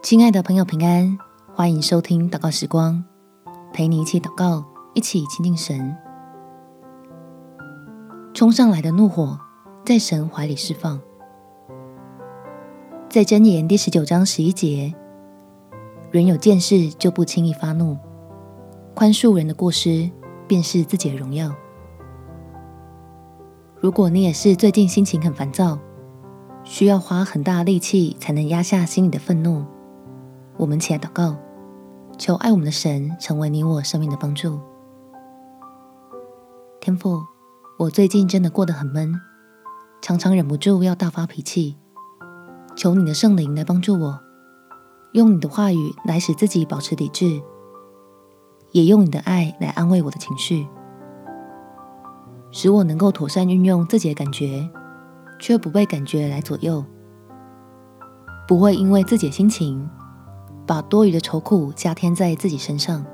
亲爱的朋友平安，欢迎收听祷告时光，陪你一起祷告，一起亲近神。冲上来的怒火，在神怀里释放。在箴言第19章11节，人有见识就不轻易发怒，宽恕人的过失，便是自己的荣耀。如果你也是最近心情很烦躁，需要花很大的力气才能压下心里的愤怒，我们起来祷告，求爱我们的神成为你我生命的帮助。天父，我最近真的过得很闷，常常忍不住要大发脾气，求你的圣灵来帮助我，用你的话语来使自己保持理智，也用你的爱来安慰我的情绪，使我能够妥善运用自己的感觉，却不被感觉来左右，不会因为自己的心情把多余的愁苦加添在自己身上，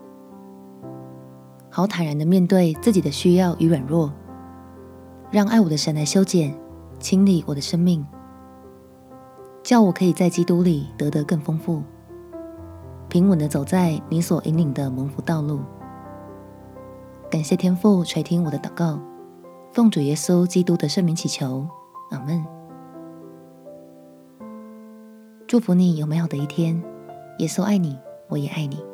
好坦然地面对自己的需要与软弱，让爱我的神来修剪清理我的生命，叫我可以在基督里得更丰富，平稳地走在你所引领的蒙福道路。感谢天父垂听我的祷告，奉主耶稣基督的圣名祈求，阿们。祝福你有美好的一天，耶稣爱你，我也爱你。